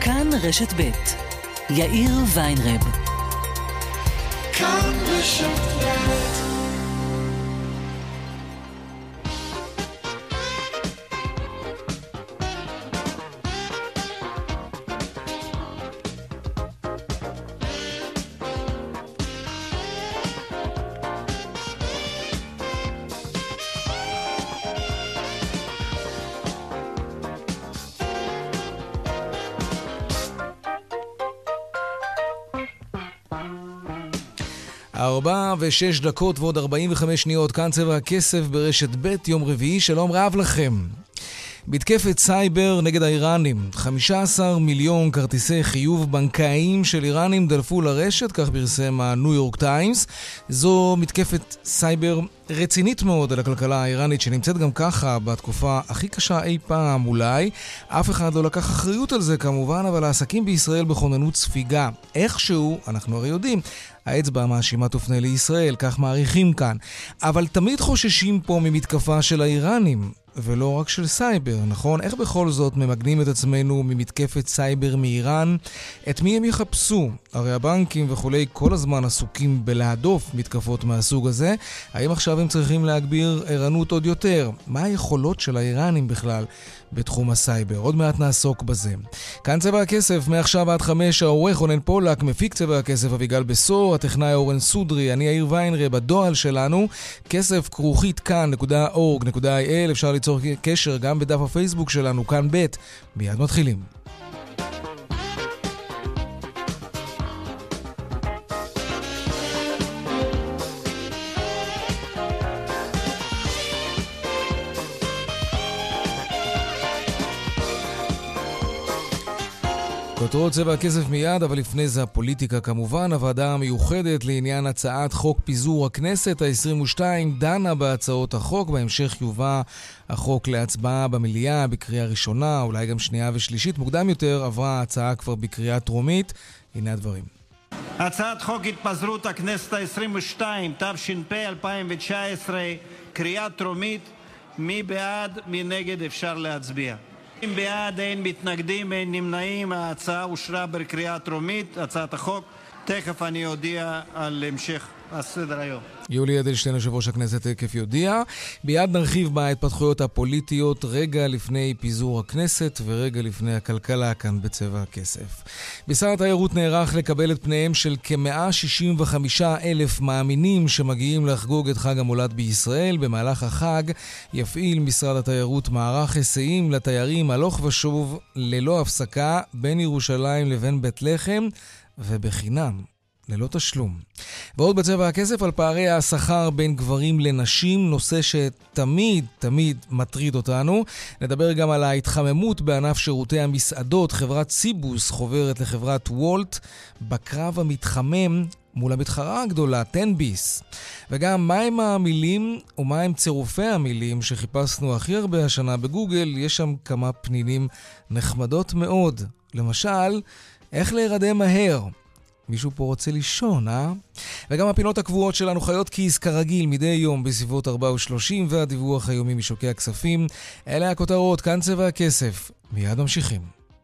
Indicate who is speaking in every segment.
Speaker 1: כאן רשת ב' יאיר ויינרב. כאן רשת ב'.
Speaker 2: ארבע ושש דקות ועוד 45 שניות, כאן צבע הכסף ברשת ב' יום רביעי, שלום רב לכם. מתקפת סייבר נגד האיראנים, 15 מיליון כרטיסי חיוב בנקאיים של איראנים דלפו לרשת, כך פרסם הניו יורק טיימס. זו מתקפת סייבר רצינית מאוד על הכלכלה האיראנית, שנמצאת גם ככה בתקופה הכי קשה אי פעם אולי. אף אחד לא לקח אחריות על זה כמובן, אבל העסקים בישראל בכוננות ספיגה. איכשהו, אנחנו הרי יודעים, האצבע המאשימה תופנה לישראל, כך מעריכים כאן. אבל תמיד חוששים פה ממתקפה של האיראנים, ולא רק של סייבר, נכון? איך בכל זאת ממגנים את עצמנו ממתקפת סייבר מאיראן? את מי הם יחפשו? הרי הבנקים וכולי כל הזמן עסוקים בלהדוף מתקפות מהסוג הזה. האם עכשיו הם צריכים להגביר ערנות עוד יותר? מה היכולות של האיראנים בכלל בתחום הסייבר? עוד מעט נעסוק בזה. כאן צבע הכסף, מעכשיו עד 5, העורך רונן פולק, מפיק צבע הכסף אביגל בסור, הטכנאי אורן סודרי, אני יאיר ויינרב, בדואל שלנו, כסף@כאן.org.il, אפשר ליצור קשר גם בדף הפייסבוק שלנו, כאן ב'. מיד מתחילים. כותרות צבע הכסף מיד, אבל לפני זה הפוליטיקה כמובן. הוועדה המיוחדת לעניין הצעת חוק פיזור הכנסת ה-22 דנה בהצעות החוק. בהמשך יובא החוק להצבעה במליאה בקריאה ראשונה, אולי גם שנייה ושלישית. מוקדם יותר עברה ההצעה כבר בקריאה טרומית. הנה הדברים.
Speaker 3: הצעת חוק התפזרות הכנסת ה-22, תש"פ 2019, קריאה טרומית. מי בעד? מי נגד? אפשר להצביע. בעד, אין מתנגדים, אין נמנעים. ההצעה אושרה בקריאה טרומית, הצעת החוק. תכף אני אודיע על המשך הסדר היום.
Speaker 2: יולי אדלשטיין, יושב ראש הכנסת, תכף יודיע. ביד נרחיב בהתפתחויות הפוליטיות רגע לפני פיזור הכנסת ורגע לפני הכלכלה כאן בצבע הכסף. משרד התיירות נערך לקבל את פניהם של כ-165,000 מאמינים שמגיעים לחגוג את חג המולד בישראל. במהלך החג יפעיל משרד התיירות מערך היסעים לתיירים הלוך ושוב ללא הפסקה בין ירושלים לבין בית לחם ובחינם. ללא תשלום. ועוד בצבע הכסף על פערי השכר בין גברים לנשים, נושא שתמיד מטריד אותנו. נדבר גם על ההתחממות בענף שירותי המסעדות. חברת סיבוס חוברת לחברת וולט בקרב המתחמם מול המתחרה הגדולה, 10BIS. וגם מהם המילים ומהם צירופי המילים שחיפשנו הכי הרבה השנה בגוגל. יש שם כמה פנינים נחמדות מאוד. למשל, איך להירדם מהר. מישהו פה רוצה לישון, וגם הפינות הקבועות שלנו חיות כיס כרגיל מדי יום בסביבות 4:30 והדיווח היומי משוקי הכספים. אלה הכותרות, כאן צבע הכסף. מיד ממשיכים.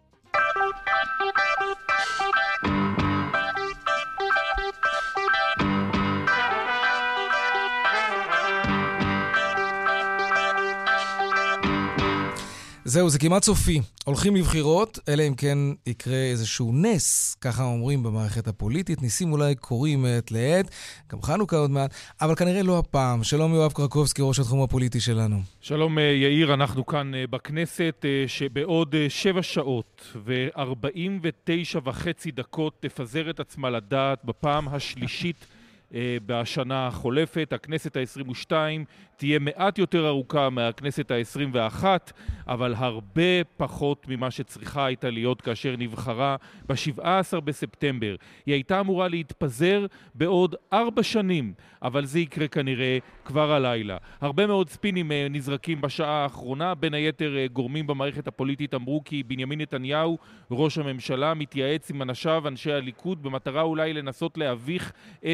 Speaker 2: זהו, זה כמעט סופי. הולכים לבחירות, אלא אם כן יקרה איזשהו נס, ככה אומרים במערכת הפוליטית. ניסים אולי קוראים מעת לעת, גם חנוכה עוד מעט, אבל כנראה לא הפעם. שלום יואב קרקובסקי, ראש התחום הפוליטי שלנו.
Speaker 4: שלום יאיר, אנחנו כאן בכנסת שבעוד 7 שעות ו49.5 דקות תפזר את עצמה לדעת בפעם השלישית בשנה החולפת. הכנסת ה-22 תהיה מעט יותר ארוכה מהכנסת ה-21, אבל הרבה פחות ממה שצריכה הייתה להיות כאשר נבחרה ב-17 בספטמבר. היא הייתה אמורה להתפזר בעוד 4 שנים, אבל זה יקרה כנראה כבר הלילה. הרבה מאוד ספינים נזרקים בשעה האחרונה, בין היתר גורמים במערכת הפוליטית אמרו כי בנימין נתניהו, ראש הממשלה, מתייעץ עם אנשיו, אנשי הליכוד, במטרה אולי לנסות להביך את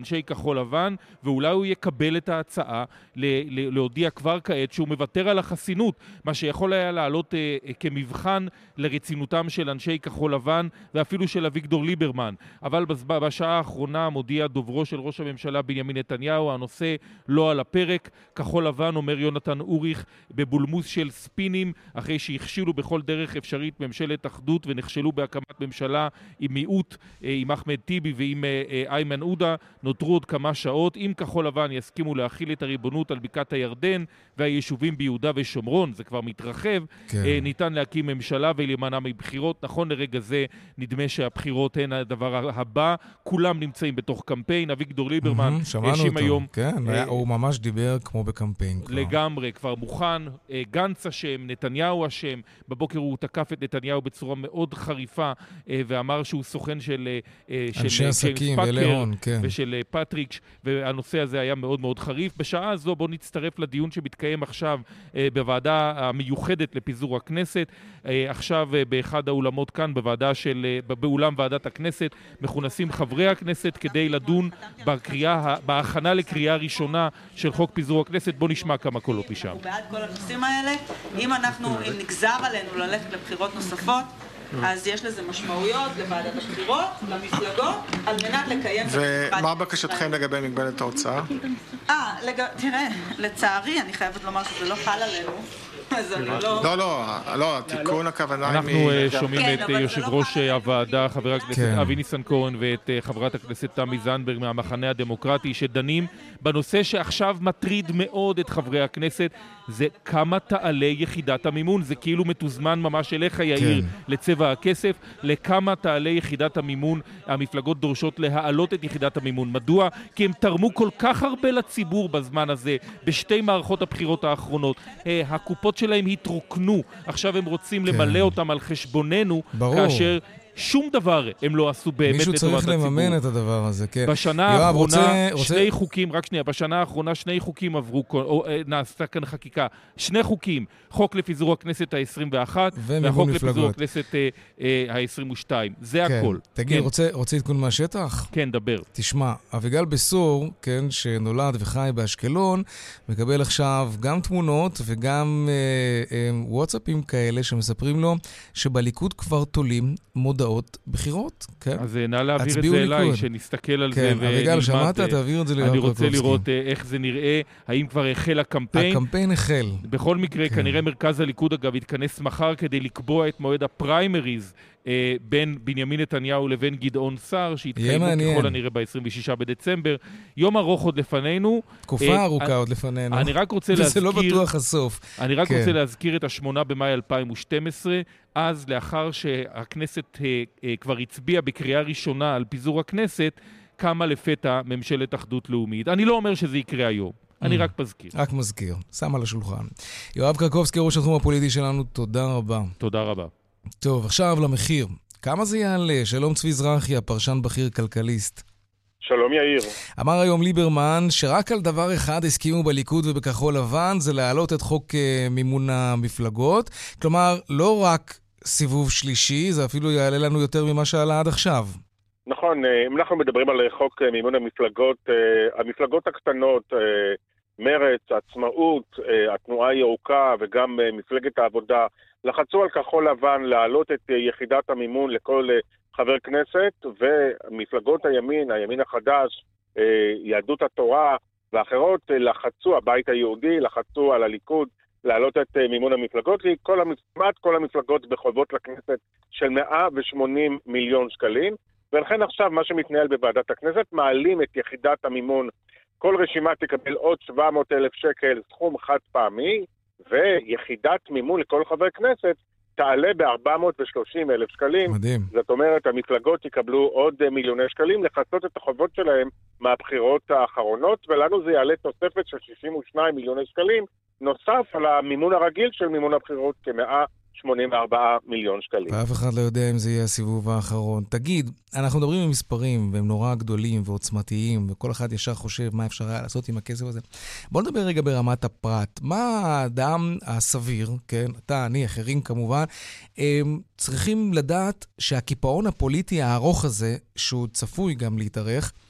Speaker 4: אנשי כחול לבן, ואולי הוא יקבל את ההצעה להודיע כבר כעת שהוא מוותר על החסינות, מה שיכול היה לעלות כמבחן לרצינותם של אנשי כחול לבן ואפילו של אביגדור ליברמן. אבל בשעה האחרונה מודיע דוברו של ראש הממשלה בנימין נתניהו, הנושא לא על הפרק. כחול לבן, אומר יונתן אוריך, בבולמוס של ספינים, אחרי שהכשילו בכל דרך אפשרית ממשלת אחדות ונכשלו בהקמת ממשלה עם מיעוט, עם אחמד טיבי ועם איימן עודה, נותרו עוד כמה שעות. אם כחול לבן יסכימו להכיל את הריבונות על בקעת הירדן והיישובים ביהודה ושומרון, זה כבר מתרחב, ניתן להקים ממשלה ולהימנע מבחירות. נכון לרגע זה נדמה שהבחירות הן הדבר הבא, כולם נמצאים בתוך קמפיין. אביגדור ליברמן האשים היום,
Speaker 2: כן, הוא ממש דיבר כמו בקמפיין כבר.
Speaker 4: לגמרי, כבר מוכן. גנץ אשם, נתניהו אשם. בבוקר הוא תקף את נתניהו בצורה מאוד חריפה ואמר שהוא סוכן של
Speaker 2: אנשי עסקים ולאון, כן.
Speaker 4: ושל פטריק, והנושא הזה היה מאוד מאוד חריף. בשעה הזו בוא נצטרף לדיון שמתקיים עכשיו בוועדה המיוחדת לפיזור הכנסת. עכשיו באחד האולמות כאן באולם ועדת הכנסת מכונסים חברי הכנסת כדי לדון בהכנה לקריאה ראשונה של חוק פיזור הכנסת. בוא נשמע כמה קולות משם.
Speaker 5: בעד כל הנושאים האלה, אם נגזר עלינו ללכת לבחירות נוספות, אז יש לזה משמעויות לוועדת הבחירות, למפלגות, על מנת לקיים...
Speaker 6: ומה בקשתכם לגבי מגבלת ההוצאה?
Speaker 5: תראה, לצערי, אני חייבת לומר שזה לא חל עלינו.
Speaker 6: לא, התיקון הכוונה...
Speaker 4: אנחנו שומעים את יושב ראש הוועדה, חבר הכנסת אבי ניסנקורן, ואת חברת הכנסת תמי זנדברג מהמחנה הדמוקרטי, שדנים בנושא שעכשיו מטריד מאוד את חברי הכנסת, זה כמה תעלה יחידת המימון. זה כאילו מתוזמן ממש אליך, יאיר, לצבע הכסף, לכמה תעלה יחידת המימון. המפלגות דורשות להעלות את יחידת המימון. מדוע? כי הם תרמו כל כך הרבה לציבור בזמן הזה, בשתי מערכות הבחירות האחרונות. הקופות שלהם התרוקנו, עכשיו הם רוצים למלא אותם על חשבוננו, כאשר שום דבר הם לא עשו באמת לטובת הציבור.
Speaker 2: מישהו צריך לממן את הדבר הזה, כן.
Speaker 4: בשנה האחרונה שני חוקים, רק שנייה, בשנה האחרונה שני חוקים עברו, נעשתה כאן חקיקה, שני חוקים, חוק לפיזור הכנסת ה-21, והחוק לפיזור הכנסת ה-22. זה הכל.
Speaker 2: תגיד, רוצה עדכון מהשטח?
Speaker 4: כן, דבר.
Speaker 2: תשמע, אביגל בסור, כן, שנולד וחי באשקלון, מקבל עכשיו גם תמונות וגם וואטסאפים כאלה שמספרים לו שבליכוד כבר תולים מודעות בחירות, כן?
Speaker 4: אז נא להעביר את זה אליי, שנסתכל על זה ונלמד.
Speaker 2: אביגל, שמעת? תעביר את זה ליואב קרקובסקי.
Speaker 4: אני רוצה לראות איך זה נראה, האם כבר החל הקמפיין.
Speaker 2: הקמפיין החל.
Speaker 4: בכל מקרה, כנראה מרכז הליכוד, אגב, יתכנס מחר כדי לקבוע את מועד הפריימריז בין בנימין נתניהו לבין גדעון סער, שהתקיימו ככל הנראה ב-26 בדצמבר. יום ארוך עוד לפנינו.
Speaker 2: תקופה ארוכה עוד לפנינו.
Speaker 4: אני רק רוצה להזכיר...
Speaker 2: וזה לא בטוח הסוף.
Speaker 4: אני רק רוצה להזכיר את 8 במאי 2012, אז לאחר שהכנסת כבר הצביעה בקריאה ראשונה על פיזור הכנסת, קמה לפתע ממשלת אחדות לאומית. אני לא אומר שזה יקרה היום. אני רק מזכיר.
Speaker 2: רק מזכיר. שם על השולחן. יואב קרקובסקי, ראש התחום הפוליטי שלנו, תודה רבה.
Speaker 4: תודה רבה.
Speaker 2: טוב, עכשיו למחיר. כמה זה יעלה? שלום צבי זרחי, הפרשן בכיר כלכליסט.
Speaker 7: שלום יאיר.
Speaker 2: אמר היום ליברמן שרק על דבר אחד הסכימו בליכוד ובכחול לבן, זה להעלות את חוק מימון המפלגות. כלומר, לא רק סיבוב שלישי, זה אפילו יעלה לנו יותר ממה שעלה עד עכשיו.
Speaker 7: נכון, אם אנחנו מדברים על חוק מימון המפלגות, המפלגות הקטנות, מרץ, עצמאות, התנועה הירוקה וגם מפלגת העבודה, לחצו על כחול לבן להעלות את יחידת המימון לכל חבר כנסת, ומפלגות הימין החדש, יהדות התורה ואחרות לחצו, הבית היהודי, לחצו על הליכוד להעלות את מימון המפלגות, כי כמעט כל המפלגות בחובות לכנסת של 180 מיליון שקלים, ולכן עכשיו מה שמתנהל בוועדת הכנסת, מעלים את יחידת המימון, כל רשימה תקבל עוד 700,000 שקל, סכום חד פעמי, ויחידת מימון לכל חבר כנסת תעלה ב-430,000 שקלים.
Speaker 2: מדהים.
Speaker 7: זאת אומרת, המפלגות יקבלו עוד מיליוני שקלים לחצות את החובות שלהם מהבחירות האחרונות, ולנו זה יעלה תוספת של 62 מיליוני שקלים, נוסף על המימון הרגיל של מימון הבחירות כ-184 מיליון שקלים.
Speaker 2: ואף אחד לא יודע אם זה יהיה הסיבוב האחרון. תגיד, אנחנו מדברים עם מספרים, והם נורא גדולים ועוצמתיים, וכל אחד ישר חושב מה אפשר היה לעשות עם הכסף הזה. בוא נדבר רגע ברמת הפרט. מה האדם הסביר, כן, אתה, אני, אחרים כמובן, צריכים לדעת שהקיפאון הפוליטי הארוך הזה, שהוא צפוי גם להתארך,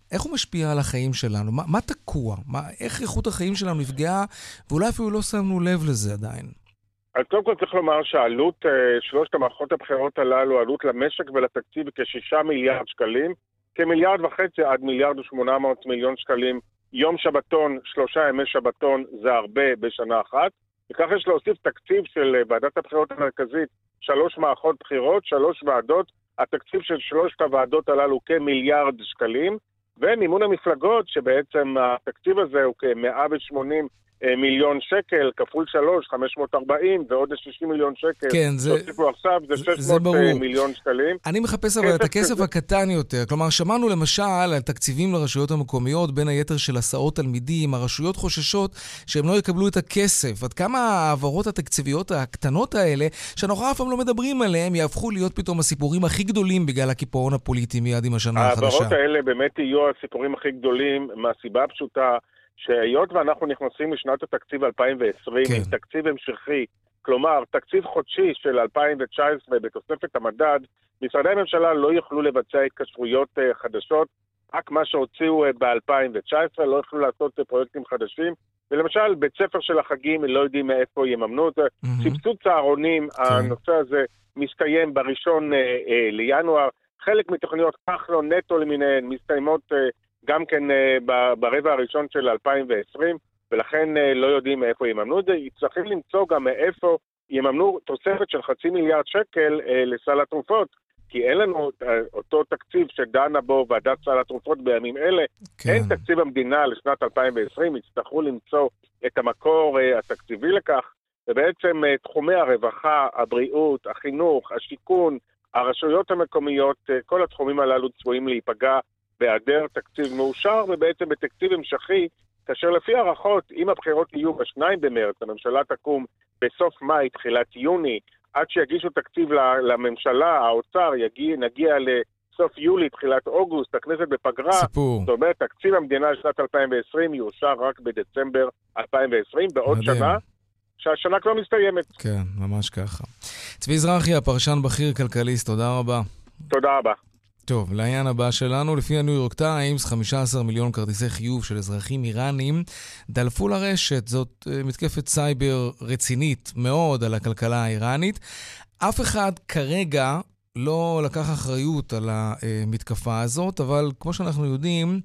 Speaker 2: איך הוא משפיע על החיים שלנו? מה תקוע? איך איכות החיים שלנו נפגעה, ואולי אפילו לא שמנו לב לזה עדיין?
Speaker 7: אז קודם כל צריך לומר שהעלות שלושת המערכות הבחירות הללו, עלות למשק ולתקציב כ6 מיליארד שקלים, כ1.5 מיליארד עד 1.8 מיליארד שקלים. יום שבתון, 3 ימי שבתון, זה הרבה בשנה אחת. וכך יש להוסיף תקציב של ועדת הבחירות המרכזית, 3 מערכות בחירות, 3 ועדות, התקציב של 3 הוועדות הללו כ1 מיליארד שקלים, ומימון המפלגות שבעצם התקציב הזה הוא כ180 מיליון שקל, כפול 3, 540, ועוד 60 מיליון שקל.
Speaker 2: כן,
Speaker 7: עכשיו, זה 600 מיליון שקלים.
Speaker 2: אני מחפש אבל את הכסף הקטן יותר. כלומר, שמענו למשל על תקציבים לרשויות המקומיות, בין היתר של הסעות תלמידים, הרשויות חוששות שהם לא יקבלו את הכסף. עד כמה העברות התקציביות הקטנות האלה, שאנחנו אף פעם לא מדברים עליהם, יהפכו להיות פתאום הסיפורים הכי גדולים בגלל הקיפאון הפוליטי מיד עם השנה החדשה.
Speaker 7: העברות האלה באמת יהיו הסיפורים הכי גדולים, מהסיבה הפשוטה, שהיות ואנחנו נכנסים לשנת התקציב 2020, כן. עם תקציב המשכי, כלומר, תקציב חודשי של 2019 בתוספת המדד, משרדי הממשלה לא יוכלו לבצע התקשרויות חדשות, רק מה שהוציאו ב-2019, לא יוכלו לעשות פרויקטים חדשים, ולמשל, בית ספר של החגים לא יודעים מאיפה יממנו את זה, סבסוד צהרונים, כן. הנושא הזה מסתיים בראשון לינואר, חלק מתוכניות כחלון נטו למיניהן מסתיימות גם כן ברבע הראשון של 2020, ולכן לא יודעים מאיפה יממנו את זה. צריכים למצוא גם מאיפה יממנו תוספת של 0.5 מיליארד שקל לסל התרופות, כי אין לנו אותו תקציב שדנה בו ועדת סל התרופות בימים אלה. כן. אין תקציב המדינה לשנת 2020, יצטרכו למצוא את המקור התקציבי לכך, ובעצם תחומי הרווחה, הבריאות, החינוך, השיקון, הרשויות המקומיות, כל התחומים הללו צפויים להיפגע בהיעדר תקציב מאושר, ובעצם בתקציב המשכי, כאשר לפי הערכות, אם הבחירות יהיו ב2 במרץ, הממשלה תקום בסוף מאי, תחילת יוני, עד שיגישו תקציב לממשלה, האוצר, נגיע לסוף יולי, תחילת אוגוסט, הכנסת בפגרה,
Speaker 2: סיפור.
Speaker 7: זאת אומרת, תקציב המדינה לשנת 2020 יאושר רק בדצמבר 2020, בעוד
Speaker 2: מדהים.
Speaker 7: שנה, שהשנה כבר מסתיימת.
Speaker 2: כן, ממש ככה. צבי זרחיה, פרשן בכיר כלכליסט, תודה רבה.
Speaker 7: תודה רבה.
Speaker 2: טוב, לעניין הבא שלנו, לפי הניו יורק טיימס, 15 מיליון כרטיסי חיוב של אזרחים איראנים דלפו לרשת. זאת מתקפת סייבר רצינית מאוד על הכלכלה האיראנית. אף אחד כרגע לא לקח אחריות על המתקפה הזאת, אבל כמו שאנחנו יודעים,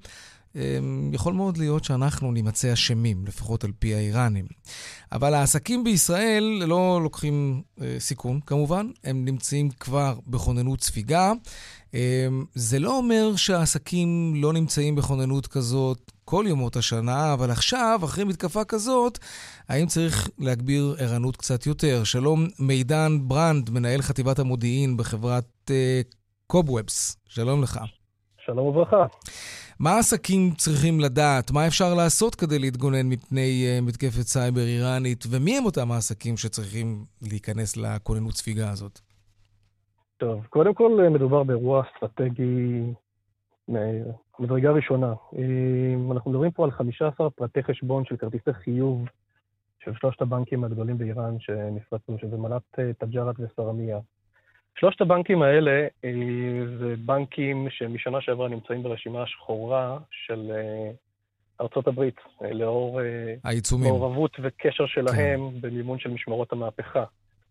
Speaker 2: יכול מאוד להיות שאנחנו נימצא אשמים, לפחות על פי האיראנים. אבל העסקים בישראל לא לוקחים סיכון, כמובן. הם נמצאים כבר בכוננות ספיגה. זה לא אומר שהעסקים לא נמצאים בכוננות כזאת כל ימות השנה, אבל עכשיו, אחרי מתקפה כזאת, האם צריך להגביר ערנות קצת יותר? שלום, מידן ברנד, מנהל חטיבת המודיעין בחברת קובוובס. שלום לך.
Speaker 8: שלום וברכה.
Speaker 2: מה העסקים צריכים לדעת? מה אפשר לעשות כדי להתגונן מפני מתקפת סייבר איראנית? ומי הם אותם העסקים שצריכים להיכנס לכוננות ספיגה הזאת?
Speaker 8: טוב, קודם כל מדובר באירוע אסטרטגי מדרגה ראשונה. אנחנו מדברים פה על 15 פרטי חשבון של כרטיסי חיוב של 3 הבנקים הגדולים באיראן שנפרצו, שזה מלט תג'ארת וסרמיה. 3 הבנקים האלה זה בנקים שמשנה שעברה נמצאים ברשימה השחורה של ארצות הברית, לאור מעורבות וקשר שלהם כן. במימון של משמרות המהפכה.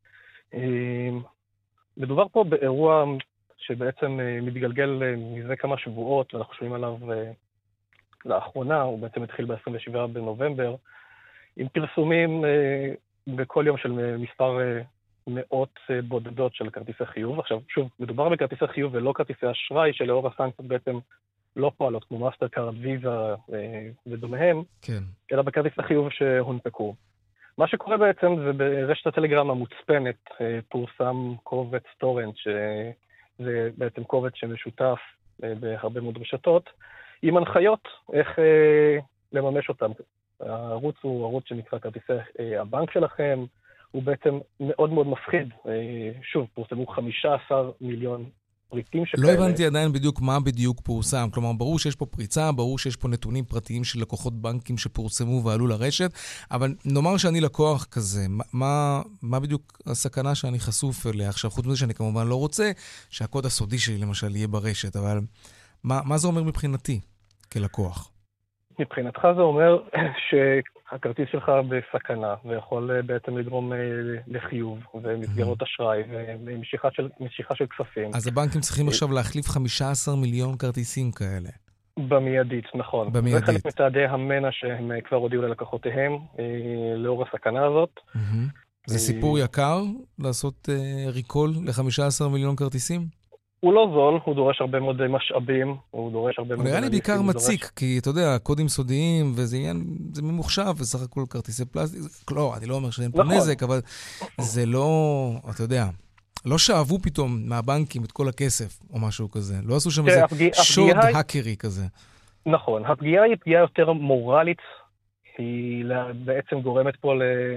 Speaker 8: מדובר פה באירוע שבעצם מתגלגל מזה כמה שבועות, ואנחנו שומעים עליו לאחרונה, הוא בעצם התחיל ב-27 בנובמבר, עם פרסומים בכל יום של מספר מאות בודדות של כרטיסי חיוב. עכשיו, שוב, מדובר בכרטיסי חיוב ולא כרטיסי אשראי, שלאור הסנקציות בעצם לא פועלות, כמו מאסטרקארד, ויזה ודומיהם, כן. אלא בכרטיסי חיוב שהונפקו. מה שקורה בעצם זה ברשת הטלגרם המוצפנת, פורסם קובץ טורנט, שזה בעצם קובץ שמשותף בהרבה מאוד רשתות, עם הנחיות איך לממש אותם. הערוץ הוא ערוץ שנקרא כרטיסי הבנק שלכם, הוא בעצם מאוד מאוד מפחיד. שוב, פורסמו 15 מיליון פריטים שכאלה.
Speaker 2: לא הבנתי עדיין בדיוק מה בדיוק פורסם. כלומר, ברור שיש פה פריצה, ברור שיש פה נתונים פרטיים של לקוחות בנקים שפורסמו ועלו לרשת, אבל נאמר שאני לקוח כזה, מה בדיוק הסכנה שאני חשוף אליה? עכשיו, חוץ מזה שאני כמובן לא רוצה שהקוד הסודי שלי למשל יהיה ברשת, אבל מה זה אומר מבחינתי? כלקוח?
Speaker 8: מבחינתך זה אומר שהכרטיס שלך בסכנה, ויכול בעצם לגרום לחיוב, ומסגרות אשראי, ומשיכה של כספים.
Speaker 2: אז הבנקים צריכים עכשיו להחליף 15 מיליון כרטיסים כאלה.
Speaker 8: במיידית, נכון.
Speaker 2: במיידית.
Speaker 8: זה חלק מצעדי המנע שהם כבר הודיעו ללקוחותיהם, לאור הסכנה הזאת.
Speaker 2: זה סיפור יקר לעשות ריקול ל-15 מיליון כרטיסים?
Speaker 8: הוא לא זול, הוא דורש הרבה מאוד משאבים, הוא דורש הרבה מאוד...
Speaker 2: נראה לי בעיקר מציק, כי אתה יודע, קודים סודיים, וזה עניין, זה ממוחשב, וסך הכל כרטיסי פלסטיק, לא, אני לא אומר שאין פה נזק, אבל זה לא, אתה יודע, לא שאבו פתאום מהבנקים את כל הכסף, או משהו כזה. לא עשו שם איזה שוד האקרי כזה.
Speaker 8: נכון, הפגיעה היא פגיעה יותר מורלית, היא בעצם גורמת פה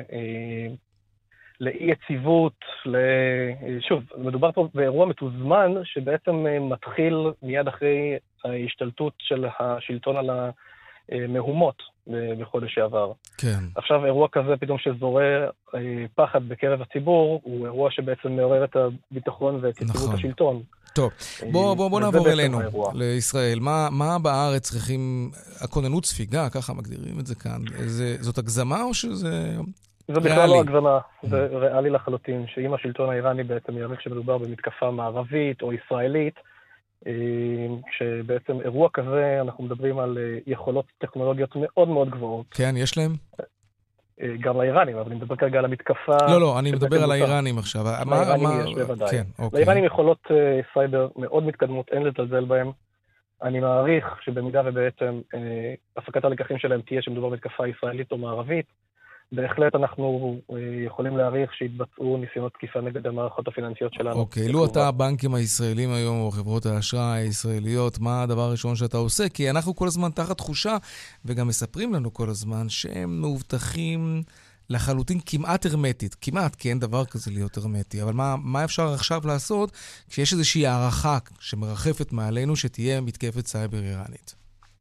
Speaker 8: לאי יציבות, שוב, מדובר פה באירוע מתוזמן שבעצם מתחיל מיד אחרי ההשתלטות של השלטון על המהומות בחודש שעבר.
Speaker 2: כן.
Speaker 8: עכשיו אירוע כזה פתאום שזורע פחד בקרב הציבור, הוא אירוע שבעצם מעורר את הביטחון ואת יציבות השלטון.
Speaker 2: טוב, בוא נעבור אלינו, לישראל. מה בארץ צריכים, הכוננות ספיגה, ככה מגדירים את זה כאן, זאת הגזמה או שזה...
Speaker 8: זה בכלל לא הגזמה, זה ריאלי לחלוטין, שאם השלטון האיראני בעצם יערך שמדובר במתקפה מערבית או ישראלית, שבעצם אירוע כזה אנחנו מדברים על יכולות טכנולוגיות מאוד מאוד גבוהות.
Speaker 2: כן, יש להם?
Speaker 8: גם לאיראנים, אבל אני מדבר כרגע על המתקפה...
Speaker 2: לא, אני מדבר על האיראנים עכשיו.
Speaker 8: לאיראנים יש בוודאי. לאיראנים יכולות סייבר מאוד מתקדמות, אין לזלזל בהם. אני מעריך שבמידה ובעצם הפקת הלקחים שלהם תהיה שמדובר במתקפה ישראלית או מערבית, בהחלט אנחנו יכולים להעריך שהתבצעו ניסיונות תקיפה נגד המערכות הפיננסיות שלנו.
Speaker 2: אוקיי, לו אתה הבנקים הישראלים היום, או חברות האשראי הישראליות, מה הדבר הראשון שאתה עושה? כי אנחנו כל הזמן תחת תחושה, וגם מספרים לנו כל הזמן, שהם מאובטחים לחלוטין כמעט הרמטית. כמעט, כי אין דבר כזה להיות הרמטי. אבל מה אפשר עכשיו לעשות כשיש איזושהי הערכה שמרחפת מעלינו שתהיה מתקפת סייבר איראנית?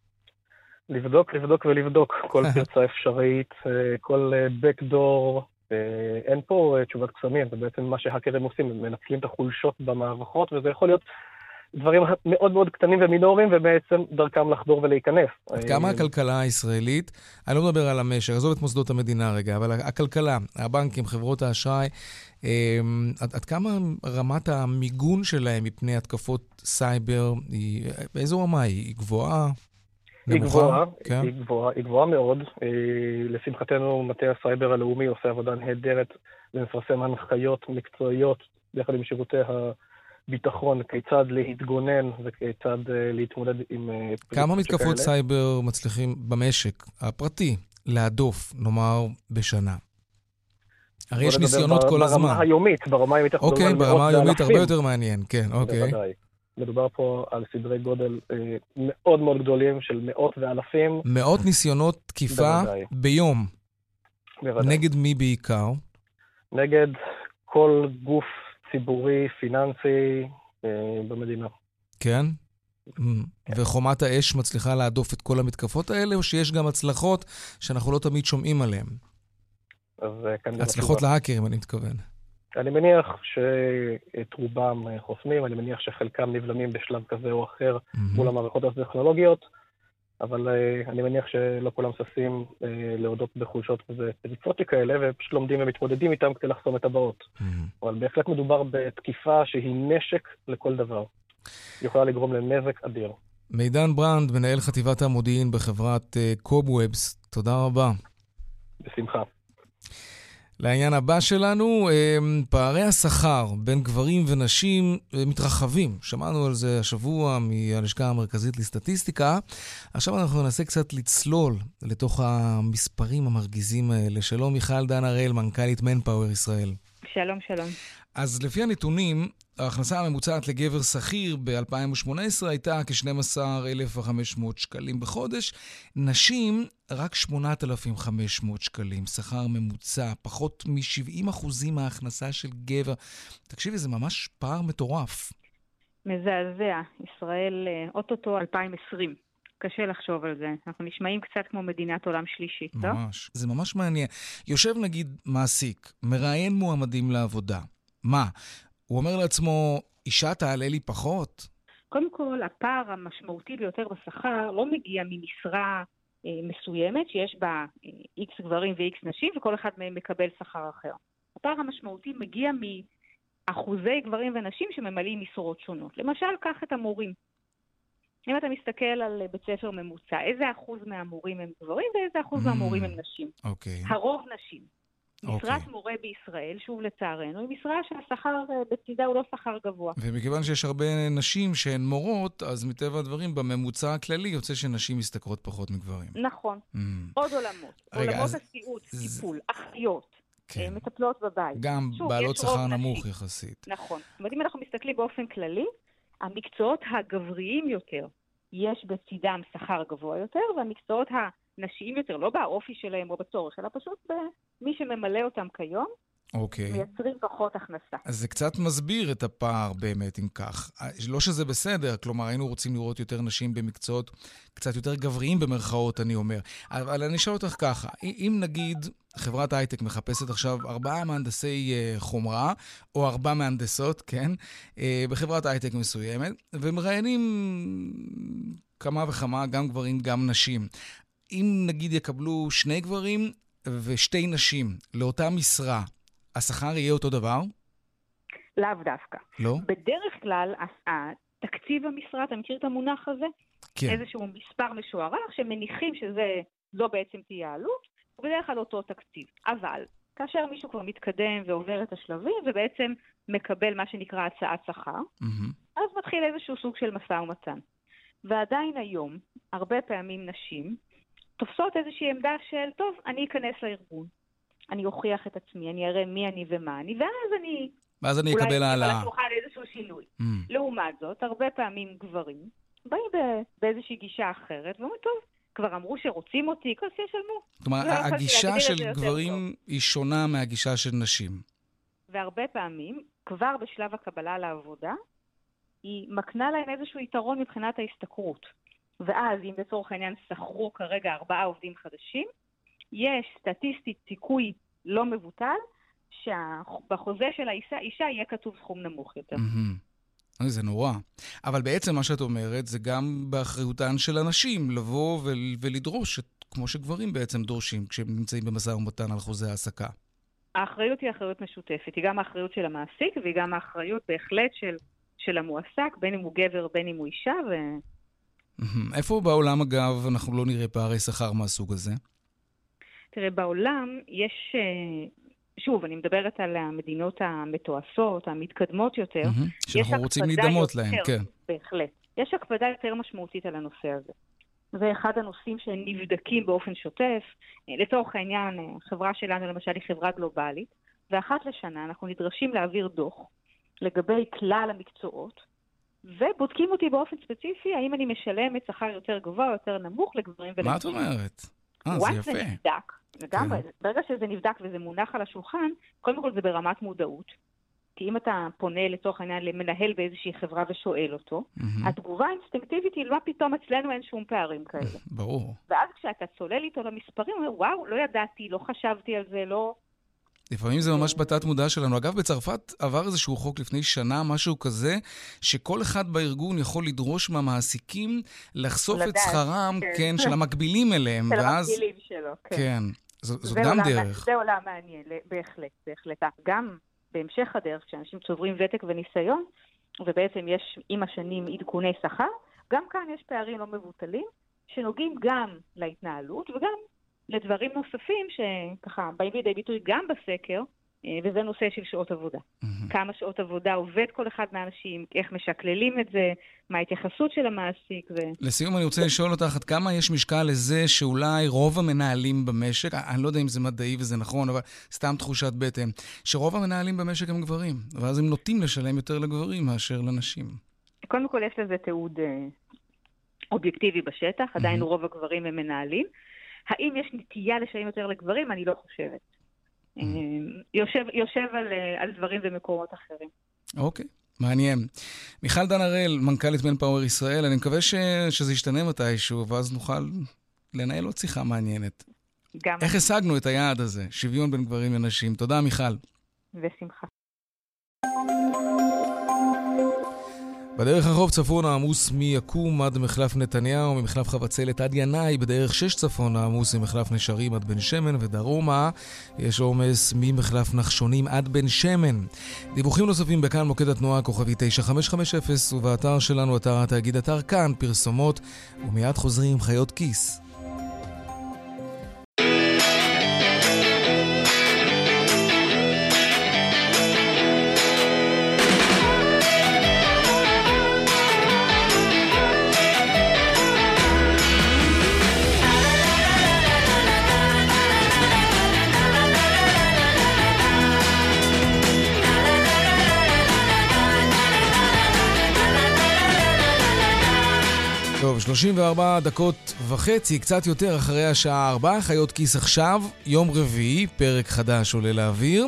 Speaker 8: לבדוק ולבדוק כל פרצה אפשרית, כל backdoor, אין פה תשובת קסמים, זה בעצם מה שהאקרים עושים, הם מנצלים את החולשות במערכות, וזה יכול להיות דברים מאוד מאוד קטנים ומינוריים, ובעצם דרכם לחדור ולהיכנס.
Speaker 2: כמה הכלכלה הישראלית, אני לא מדבר על המשק, עזוב את מוסדות המדינה רגע, אבל הכלכלה, הבנקים, חברות האשראי, עד כמה רמת המיגון שלהם מפני התקפות סייבר, באיזו רמה היא גבוהה?
Speaker 8: היא גבוהה מאוד. לשמחתנו, מטה הסייבר הלאומי עושה עבודה נהדרת ומפרסם הנחיות מקצועיות ביחד עם שירותי הביטחון, כיצד להתגונן וכיצד להתמודד עם...
Speaker 2: כמה מתקפות סייבר מצליחים במשק הפרטי להדוף, נאמר, בשנה? הרי יש ניסיונות כל הזמן.
Speaker 8: ברמה היומית,
Speaker 2: אוקיי, ברמה היומית הרבה יותר מעניין, כן, אוקיי.
Speaker 8: בוודאי. מדובר פה על סדרי גודל מאוד מאוד גדולים של מאות ואלפים.
Speaker 2: מאות ניסיונות תקיפה ביום.
Speaker 8: בוודאי.
Speaker 2: נגד מי בעיקר?
Speaker 8: נגד כל גוף ציבורי, פיננסי במדינה.
Speaker 2: כן? וחומת האש מצליחה להדוף את כל המתקפות האלה, או שיש גם הצלחות שאנחנו לא תמיד שומעים עליהן? הצלחות להאקרים, אני מתכוון.
Speaker 8: אני מניח שאת רובם חוסמים, אני מניח שחלקם נבלמים בשלב כזה או אחר מול המערכות הטכנולוגיות, אבל אני מניח שלא כולם ששים להודות בחולשות ופריצות כאלה, ופשוט לומדים ומתמודדים איתם כדי לחסום את הבאות. אבל בהחלט מדובר בתקיפה שהיא נשק לכל דבר. היא יכולה לגרום לנזק אדיר.
Speaker 2: מידן ברנד, מנהל חטיבת המודיעין בחברת קובוובס, תודה רבה.
Speaker 8: בשמחה.
Speaker 2: לעניין הבא שלנו, פערי השכר בין גברים ונשים מתרחבים. שמענו על זה השבוע מהלשכה המרכזית לסטטיסטיקה. עכשיו אנחנו ננסה קצת לצלול לתוך המספרים המרגיזים האלה. שלום מיכל דן הראל, מנכ"לית מנפאוור ישראל.
Speaker 9: שלום, שלום.
Speaker 2: אז לפי הנתונים, ההכנסה הממוצעת לגבר שכיר ב-2018 הייתה כ-12,500 שקלים בחודש. נשים, רק 8,500 שקלים. שכר ממוצע, פחות מ-70% מההכנסה של גבר. תקשיבי, זה ממש פער מטורף.
Speaker 9: מזעזע. ישראל, אוטוטו 2020. קשה לחשוב על זה. אנחנו נשמעים קצת כמו מדינת עולם שלישית, לא?
Speaker 2: ממש. זה ממש מעניין. יושב נגיד מעסיק, מראיין מועמדים לעבודה. מה? הוא אומר לעצמו, אישה תעלה לי פחות?
Speaker 9: קודם כל, הפער המשמעותי ביותר בשכר לא מגיע ממשרה מסוימת, שיש בה X גברים ו-X נשים, וכל אחד מהם מקבל שכר אחר. הפער המשמעותי מגיע מאחוזי גברים ונשים שממלאים משרות שונות. למשל, קח את המורים. אם אתה מסתכל על בית ספר ממוצע, איזה אחוז מהמורים הם גברים ואיזה אחוז מהמורים הם נשים? הרוב נשים. משרת מורה בישראל, שוב לצערנו, היא משרה שהשכר בצדה הוא לא שכר גבוה.
Speaker 2: ומכיוון שיש הרבה נשים שהן מורות, אז מטבע הדברים, בממוצע הכללי יוצא שנשים משתכרות פחות מגברים.
Speaker 9: נכון. עוד עולמות. עולמות הסיעוד, טיפול, אחיות, מטפלות בבית.
Speaker 2: גם בעלות שכר נמוך יחסית.
Speaker 9: נכון. זאת אומרת, אם אנחנו מסתכלים באופן כללי, המקצועות הגבריים יותר, יש בצדם שכר גבוה יותר, והמקצועות הנשיים יותר, לא באופי שלהם או בצורך, אלא פשוט במי שממלא אותם כיום, מייצרים פחות הכנסה.
Speaker 2: אז זה קצת מסביר את הפער באמת, אם כך. לא שזה בסדר, כלומר, היינו רוצים לראות יותר נשים במקצועות קצת יותר גבריים במרכאות, אני אומר. אבל אני אשאל אותך ככה, אם נגיד חברת הייטק מחפשת עכשיו 4 מהנדסי חומרה, או 4 מהנדסות, כן, בחברת הייטק מסוימת, ומראיינים כמה וכמה, גם גברים, גם נשים. אם נגיד יקבלו 2 גברים ו2 נשים לאותה משרה, השכר יהיה אותו דבר?
Speaker 9: לאו דווקא.
Speaker 2: לא?
Speaker 9: בדרך כלל, תקציב המשרה, אתה מכיר את המונח הזה?
Speaker 2: כן.
Speaker 9: איזשהו מספר משוערך, שמניחים שזה לא בעצם תהיה העלות, ובדרך כלל אותו תקציב. אבל, כאשר מישהו כבר מתקדם ועובר את השלבים, ובעצם מקבל מה שנקרא הצעת שכר, אז מתחיל איזשהו סוג של משא ומתן. ועדיין היום, הרבה פעמים נשים, תופסות איזושהי עמדה של, טוב, אני אכנס לארגון. אני אוכיח את עצמי, אני אראה מי אני ומה אני, ואז אני
Speaker 2: אקבל העלאה.
Speaker 9: אולי אוכל איזשהו שינוי. לעומת זאת, הרבה פעמים גברים באים באיזושהי גישה אחרת, ואומרים, טוב, כבר אמרו שרוצים אותי, כל שישלמו.
Speaker 2: זאת אומרת, הגישה של גברים היא שונה מהגישה של נשים.
Speaker 9: והרבה פעמים, כבר בשלב הקבלה לעבודה, היא מקנה להם איזשהו יתרון מבחינת ההשתכרות. ואז, אם בצורך העניין שכרו כרגע 4 עובדים חדשים, יש סטטיסטית סיכוי לא מבוטל, שבחוזה של האישה יהיה כתוב סכום נמוך יותר.
Speaker 2: זה נורא. אבל בעצם מה שאת אומרת, זה גם באחריותן של אנשים, לבוא ולדרוש, כמו שגברים בעצם דורשים, כשהם נמצאים במשא ומתן על חוזה העסקה.
Speaker 9: האחריות היא אחריות משותפת. היא גם האחריות של המעסיק, והיא גם האחריות בהחלט של המועסק, בין אם הוא גבר, בין אם הוא אישה.
Speaker 2: איפה בעולם, אגב, אנחנו לא נראה פערי שכר מהסוג הזה?
Speaker 9: תראה, בעולם יש, שוב, אני מדברת על המדינות המתועשות, המתקדמות יותר.
Speaker 2: שאנחנו רוצים להידמות להם, כן.
Speaker 9: בהחלט. יש הקפדה יותר משמעותית על הנושא הזה. זה אחד הנושאים שנבדקים באופן שוטף. לצורך העניין, חברה שלנו למשל היא חברה גלובלית, ואחת לשנה אנחנו נדרשים להעביר דוח לגבי כלל המקצועות, ובודקים אותי באופן ספציפי, האם אני משלמת שכר יותר גבוה או יותר נמוך לגברים ונשים.
Speaker 2: מה את אומרת? זה יפה.
Speaker 9: נבדק, לגמרי, ברגע שזה נבדק וזה מונח על השולחן, קודם כל זה ברמת מודעות. כי אם אתה פונה לצורך העניין למנהל באיזושהי חברה ושואל אותו, התגובה האינסטינקטיבית היא, מה פתאום אצלנו אין שום פערים כאלה.
Speaker 2: ברור.
Speaker 9: ואז כשאתה צולל איתו למספרים, הוא אומר, וואו, לא ידעתי, לא חשבתי על זה, לא...
Speaker 2: לפעמים זה ממש בתת מודע שלנו. אגב, בצרפת עבר איזשהו חוק לפני שנה, משהו כזה, שכל אחד בארגון יכול לדרוש מהמעסיקים לחשוף את שכרם, כן, של המקבילים אליהם.
Speaker 9: של המקבילים שלו, כן.
Speaker 2: כן, זאת גם דרך.
Speaker 9: זה עולם מעניין, בהחלט, בהחלט. גם בהמשך הדרך, כשאנשים צוברים ותק וניסיון, ובעצם יש עם השנים עדכוני שכר, גם כאן יש פערים לא מבוטלים, שנוגעים גם להתנהלות וגם לדברים נוספים שככה באים לידי ביטוי גם בסקר, וזה נושא של שעות עבודה. כמה שעות עבודה עובד כל אחד מהאנשים, איך משקללים את זה, מה ההתייחסות של המעסיק.
Speaker 2: לסיום אני רוצה לשאול אותך, עד כמה יש משקל לזה שאולי רוב המנהלים במשק, אני לא יודע אם זה מדעי וזה נכון, אבל סתם תחושת בטן, שרוב המנהלים במשק הם גברים, ואז הם נוטים לשלם יותר לגברים מאשר לנשים.
Speaker 9: קודם כל יש לזה תיעוד אובייקטיבי בשטח, עדיין רוב הגברים הם מנהלים. האם יש נטייה לשלם יותר לגברים? אני לא חושבת. יושב על דברים ומקומות אחרים.
Speaker 2: אוקיי, מעניין. מיכל דן הראל, מנכ"לית מנפאוור ישראל, אני מקווה שזה ישתנה מתישהו, ואז נוכל לנהל עוד שיחה מעניינת. איך השגנו את היעד הזה? שוויון בין גברים לנשים. תודה, מיכל.
Speaker 9: ושמחה.
Speaker 2: בדרך החוף צפון העמוס מיקום עד מחלף נתניהו, ממחלף חבצלת עד ינאי, בדרך 6 צפון העמוס ממחלף נשרים עד בן שמן, ודרומה יש עומס ממחלף נחשונים עד בן שמן. דיווחים נוספים בכאן מוקד התנועה כוכבי 9550 ובאתר שלנו, אתר התאגיד, אתר כאן, פרסומות, ומיד חוזרים עם חיות כיס. טוב, 34 דקות וחצי, קצת יותר אחרי השעה 4, חיות כיס עכשיו, יום רביעי, פרק חדש עולה לאוויר.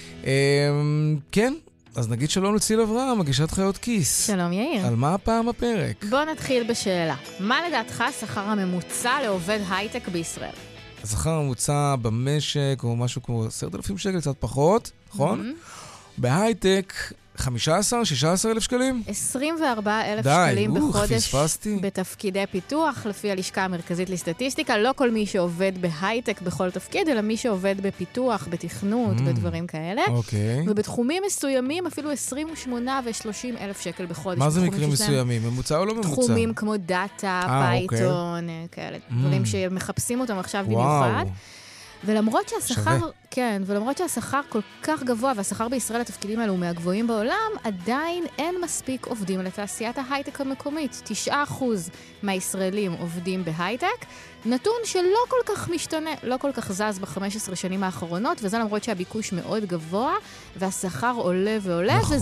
Speaker 2: כן, אז נגיד שלום לציל אברהם, מגישת חיות כיס.
Speaker 10: שלום יאיר.
Speaker 2: על מה הפעם הפרק?
Speaker 10: בוא נתחיל בשאלה. מה לדעתך השכר הממוצע לעובד הייטק בישראל?
Speaker 2: השכר הממוצע במשק הוא משהו כמו 10,000 שקל, קצת פחות, נכון? בהייטק 15-16 אלף שקלים?
Speaker 10: 24,000 שקלים בחודש.
Speaker 2: פספסתי.
Speaker 10: בתפקידי פיתוח, לפי הלשכה המרכזית לסטטיסטיקה. לא כל מי שעובד בהייטק בכל תפקיד, אלא מי שעובד בפיתוח, בתכנות, בדברים כאלה.
Speaker 2: אוקיי.
Speaker 10: ובתחומים מסוימים אפילו 28 ו-30 אלף שקל בחודש.
Speaker 2: מה זה מקרים מסוימים? ממוצע או לא ממוצע?
Speaker 10: תחומים כמו דאטה, פייתון, כאלה. דברים שמחפשים אותם עכשיו במיוחד. ולמרות שהשכר, כן, ולמרות שהשכר כל כך גבוה, והשכר בישראל התפקידים האלו מהגבוהים בעולם, עדיין אין מספיק עובדים לתעשיית ההייטק המקומית. 9% מהישראלים עובדים בהייטק, נתון שלא כל כך משתנה, לא כל כך זז ב-15 שנים האחרונות, וזה למרות שהביקוש מאוד גבוה, והשכר עולה ועולה,
Speaker 2: נכון.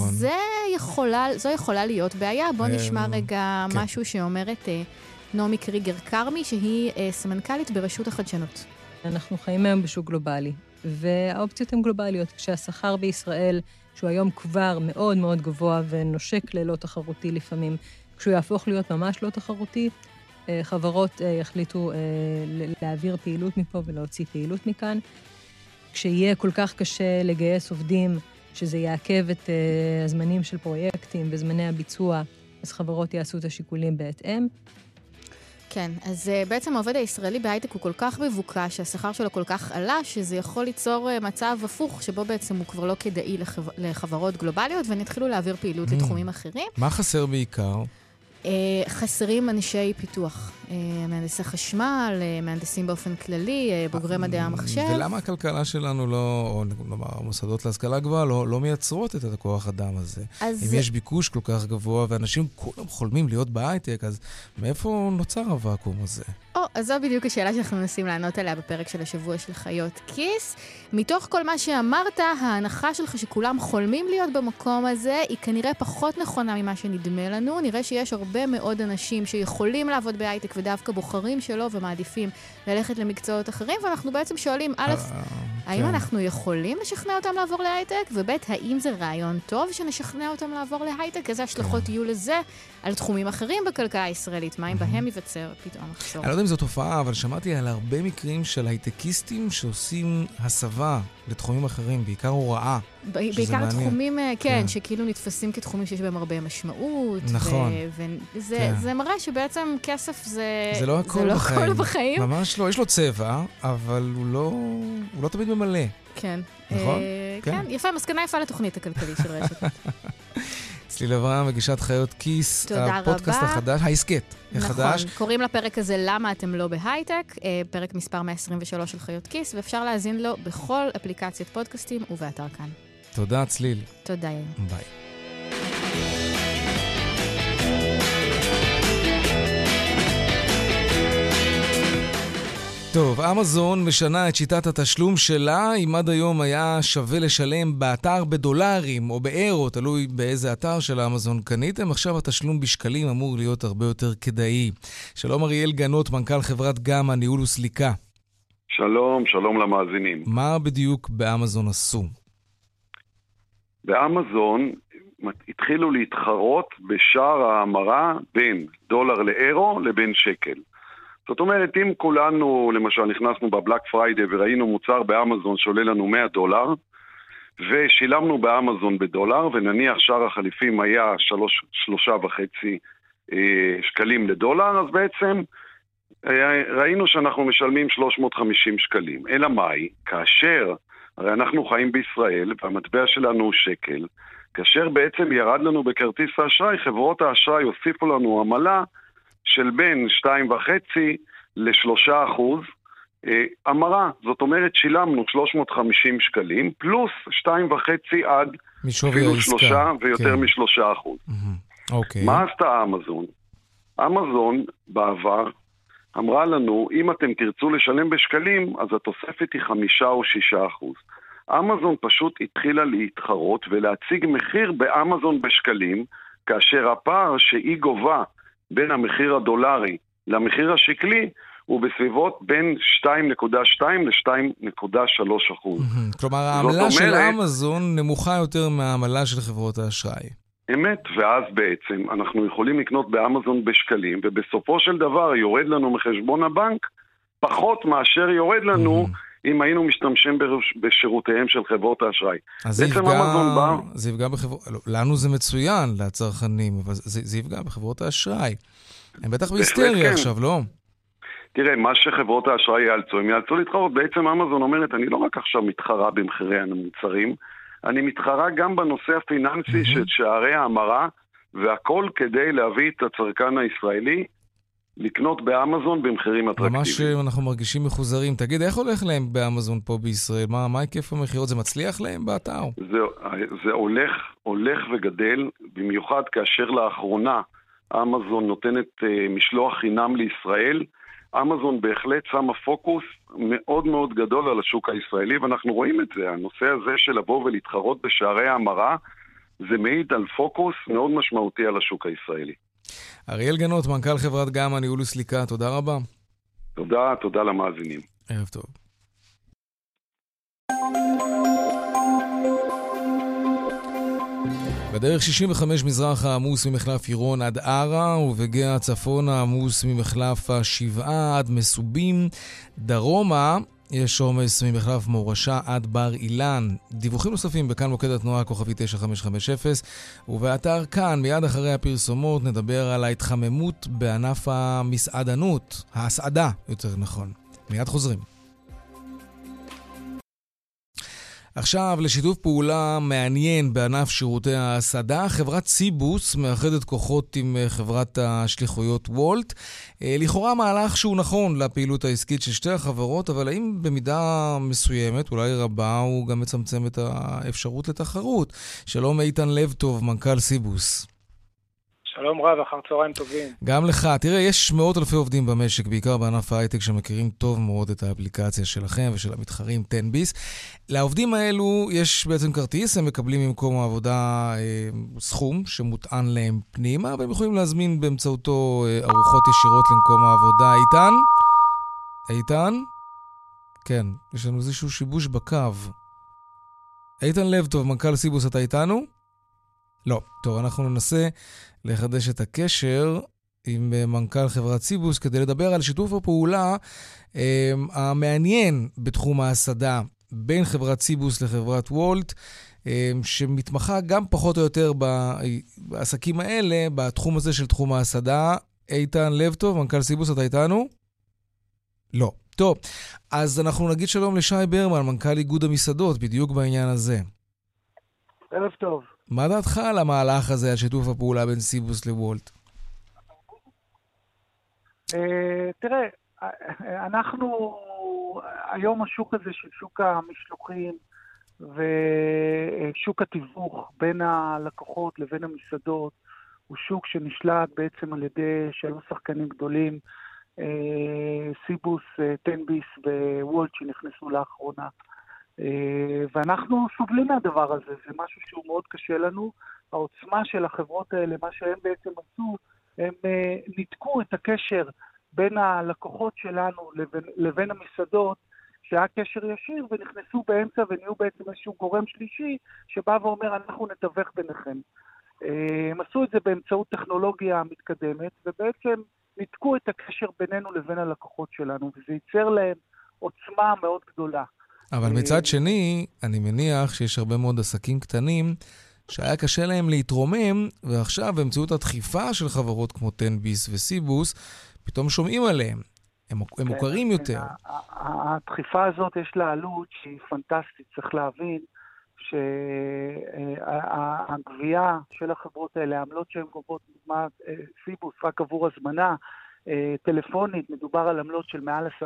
Speaker 10: זו יכולה להיות בעיה. בוא נשמע רגע משהו שאומרת נעמי קריגר קרמי, שהיא סמנכ"לית ברשות החדשנות.
Speaker 11: אנחנו חיים היום בשוק גלובלי, והאופציות הן גלובליות. כשהשכר בישראל, שהוא היום כבר מאוד מאוד גבוה ונושק ללא תחרותי לפעמים, כשהוא יהפוך להיות ממש לא תחרותי, חברות יחליטו להעביר פעילות מפה ולהוציא פעילות מכאן. כשיהיה כל כך קשה לגייס עובדים, שזה יעכב את הזמנים של פרויקטים וזמני הביצוע, אז חברות יעשו את השיקולים בהתאם.
Speaker 10: כן, אז בעצם העובד הישראלי בהייטק הוא כל כך מבוקש, שהשכר שלו כל כך עלה, שזה יכול ליצור מצב הפוך, שבו בעצם הוא כבר לא כדאי לחברות גלובליות, ונתחילו להעביר פעילות לתחומים אחרים.
Speaker 2: מה חסר בעיקר?
Speaker 10: חסרים אנשי פיתוח, מהנדסי חשמל, מהנדסים באופן כללי, בוגרי מדעי המחשב.
Speaker 2: ולמה הכלכלה שלנו לא, או נאמר, המוסדות להשכלה גבוהה לא מייצרות את הכוח אדם הזה? אם יש ביקוש כל כך גבוה, ואנשים כולם חולמים להיות בהייטק, אז מאיפה נוצר הוואקום הזה?
Speaker 10: אז זו בדיוק השאלה שאנחנו מנסים לענות עליה בפרק של השבוע של חיות כיס. מתוך כל מה שאמרת, ההנחה שלך שכולם חולמים להיות במקום הזה, היא כנראה פחות נכונה ממה שנדמה לנו. נראה שיש הרבה מאוד אנשים שיכולים לעבוד בהייטק ודווקא בוחרים שלו ומעדיפים ללכת למקצועות אחרים, ואנחנו בעצם שואלים, א', האם אנחנו יכולים לשכנע אותם לעבור להייטק? וב', האם זה רעיון טוב שנשכנע אותם לעבור להייטק? איזה השלכות יהיו לזה על תחומים אחרים בכלכלה הישראלית? מה אם בהם ייווצר פתאום מחסור?
Speaker 2: אני לא יודע אם זו תופעה, אבל שמעתי על הרבה מקרים של הייטקיסטים שעושים הסבה לתחומים אחרים, בעיקר הוראה.
Speaker 10: בעיקר תחומים, כן, שכאילו נתפסים כתחומים שיש בהם הרבה משמעות.
Speaker 2: נכון.
Speaker 10: וזה מראה שבעצם כסף
Speaker 2: זה לא הכל בחיים. ממש לא, יש לו צבע, אבל הוא לא תמיד ממלא.
Speaker 10: כן.
Speaker 2: נכון?
Speaker 10: כן, יפה, מסקנה יפה לתוכנית הכלכלית של רשת.
Speaker 2: צליל אברהם, מגישת חיות כיס, הפודקאסט החדש, ההסקט החדש.
Speaker 10: נכון, קוראים לפרק הזה למה אתם לא בהייטק, פרק מספר 123 של חיות כיס, ואפשר להזין לו בכל אפליקציית פודקאסטים ובאתר כאן.
Speaker 2: תודה, צליל.
Speaker 10: תודה, יאיר.
Speaker 2: ביי. טוב, אמזון משנה את שיטת התשלום שלה. אם עד היום היה שווה לשלם באתר בדולרים או באירו, תלוי באיזה אתר של אמזון קניתם, עכשיו התשלום בשקלים אמור להיות הרבה יותר כדאי. שלום אריאל גנות, מנכ"ל חברת גמא, ניהול וסליקה.
Speaker 12: שלום, שלום למאזינים.
Speaker 2: מה בדיוק באמזון עשו?
Speaker 12: באמזון התחילו להתחרות בשער ההמרה בין דולר לאירו לבין שקל. זאת אומרת, אם כולנו, למשל, נכנסנו בבלק פריידי וראינו מוצר באמזון שעולה לנו $100, ושילמנו באמזון בדולר, ונניח שער החליפים היה 3.5 שקלים לדולר, אז בעצם ראינו שאנחנו משלמים 350 שקלים. אלא מאי, כאשר, הרי אנחנו חיים בישראל, והמטבע שלנו הוא שקל, כאשר בעצם ירד לנו בכרטיס האשראי, חברות האשראי הוסיפו לנו עמלה של בין 2.5% ל3%, אמרה, זאת אומרת שילמנו 350 שקלים, פלוס 2.5 עד אפילו 3 ויותר מ3%.
Speaker 2: אוקיי.
Speaker 12: מה עשתה אמזון? אמזון בעבר אמרה לנו, אם אתם תרצו לשלם בשקלים, אז התוספת היא 5 או 6%. אמזון פשוט התחילה להתחרות ולהציג מחיר באמזון בשקלים, כאשר הפער שהיא גובה בין המחיר הדולרי למחיר השקלי, הוא בסביבות בין 2.2 ל-2.3%.
Speaker 2: כלומר, העמלה של אמזון נמוכה יותר מהעמלה של חברות האשראי.
Speaker 12: אמת, ואז בעצם אנחנו יכולים לקנות באמזון בשקלים, ובסופו של דבר יורד לנו מחשבון הבנק פחות מאשר יורד לנו אם היינו משתמשים בשירותיהם של חברות האשראי.
Speaker 2: אז זה יפגע בחברות, לנו זה מצוין לצרכנים, אבל זה יפגע בחברות האשראי. הם בטח בהיסטריה עכשיו, לא?
Speaker 12: תראה, מה שחברות האשראי יאלצו, הם יאלצו להתחרות. בעצם אמזון אומרת, אני לא רק עכשיו מתחרה במחירי המוצרים, אני מתחרה גם בנושא הפיננסי של שערי ההמרה, והכל כדי להביא את הצרכן הישראלי לקנות באמזון במחירים אטרקטיביים.
Speaker 2: ממש אנחנו מרגישים מחוזרים. תגיד, איך הולך להם באמזון פה בישראל? מה היקף המחירות? זה מצליח להם באתר?
Speaker 12: זה הולך וגדל, במיוחד כאשר לאחרונה אמזון נותנת משלוח חינם לישראל. אמזון בהחלט שמה פוקוס מאוד מאוד גדול על השוק הישראלי, ואנחנו רואים את זה. הנושא הזה של לבוא ולהתחרות בשערי ההמרה, זה מעיד על פוקוס מאוד משמעותי על השוק הישראלי.
Speaker 2: אריאל גנות, מנכ"ל חברת גמא ניהול וסליקה, תודה רבה.
Speaker 12: תודה למאזינים.
Speaker 2: ערב טוב. בדרך 65 מזרח העמוס ממחלף עירון עד ערה, ובגאה הצפון העמוס ממחלף השבעה עד מסובים. דרומה יש עומס ממחלף מורשה עד בר אילן. דיווחים נוספים בכאן מוקד התנועה כוכבי 9550, ובאתר כאן מיד אחרי הפרסומות נדבר על ההתחממות בענף המסעדנות, ההסעדה יותר נכון. מיד חוזרים. עכשיו לשיתוף פעולה מעניין בענף שירותי ההסעדה, חברת סיבוס מאחדת כוחות עם חברת השליחויות וולט. לכאורה מהלך שהוא נכון לפעילות העסקית של שתי החברות, אבל האם במידה מסוימת, אולי רבה, הוא גם מצמצם את האפשרות לתחרות? שלום איתן לב טוב, מנכ"ל סיבוס.
Speaker 13: שלום רב, אחר צהריים טובים.
Speaker 2: גם לך. תראה, יש מאות אלפי עובדים במשק, בעיקר בענף ההייטק, שמכירים טוב מאוד את האפליקציה שלכם ושל המתחרים 10BIS. לעובדים האלו יש בעצם כרטיס, הם מקבלים ממקום העבודה סכום שמוטען להם פנימה, והם יכולים להזמין באמצעותו ארוחות ישירות למקום העבודה. איתן? כן, יש לנו איזשהו שיבוש בקו. איתן לב טוב, מנכ"ל סיבוס, אתה איתנו? לא. טוב, אנחנו ננסה לחדש את הקשר עם מנכ"ל חברת סיבוס כדי לדבר על שיתוף הפעולה המעניין בתחום ההסעדה בין חברת סיבוס לחברת וולט, שמתמחה גם פחות או יותר בעסקים האלה, בתחום הזה של תחום ההסעדה. איתן לב טוב, מנכ"ל סיבוס, אתה איתנו? לא. טוב, אז אנחנו נגיד שלום לשי ברמן, מנכ"ל איגוד המסעדות, בדיוק בעניין הזה.
Speaker 13: ערב טוב.
Speaker 2: מה דעתך על המהלך הזה, על שיתוף הפעולה בין סיבוס לוולט?
Speaker 13: תראה, אנחנו, היום השוק הזה של שוק המשלוחים ושוק התיווך בין הלקוחות לבין המסעדות, הוא שוק שנשלט בעצם על ידי 3 שחקנים גדולים, סיבוס, 10BIS ווולט שנכנסו לאחרונה. ואנחנו סובלים מהדבר הזה, זה משהו שהוא מאוד קשה לנו. העוצמה של החברות האלה, מה שהם בעצם עשו, הם ניתקו את הקשר בין הלקוחות שלנו לבין המסעדות, שהיה קשר ישיר, ונכנסו באמצע ונהיו בעצם איזשהו גורם שלישי, שבא ואומר, אנחנו נתווך ביניכם. הם עשו את זה באמצעות טכנולוגיה מתקדמת, ובעצם ניתקו את הקשר בינינו לבין הלקוחות שלנו, וזה ייצר להם עוצמה מאוד גדולה.
Speaker 2: אבל מצד שני, אני מניח שיש הרבה מאוד עסקים קטנים שהיה קשה להם להתרומם, ועכשיו באמצעות הדחיפה של חברות כמו תן-ביס וסיבוס, פתאום שומעים עליהם. הם מוכרים יותר.
Speaker 13: הדחיפה הזאת יש לה עלות שהיא פנטסטית. צריך להבין שהגבייה של החברות האלה, העמלות שהן גובות, סיבוס רק עבור הזמנה טלפונית, מדובר על עמלות של מעל 10%,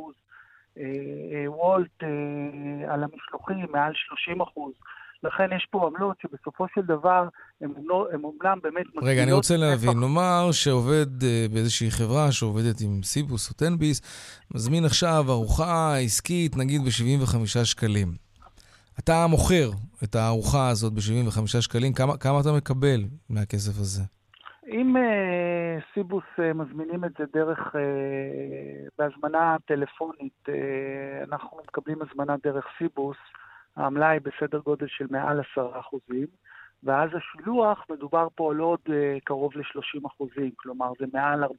Speaker 13: וולט על המשלוחים מעל 30%. לכן יש פה עמלות שבסופו של דבר הם אומנם באמת...
Speaker 2: רגע, אני רוצה להבין. נאמר שעובד באיזושהי חברה שעובדת עם סיבוס או תן-ביס, מזמין עכשיו ארוחה עסקית, נגיד ב-75 שקלים. אתה מוכר את הארוחה הזאת ב-75 שקלים, כמה אתה מקבל מהכסף הזה?
Speaker 13: אם סיבוס מזמינים את זה דרך, בהזמנה טלפונית, אנחנו מקבלים הזמנה דרך סיבוס, העמלה היא בסדר גודל של מעל 10%, ואז השילוח מדובר פה על עוד קרוב ל-30%, כלומר זה מעל 40%.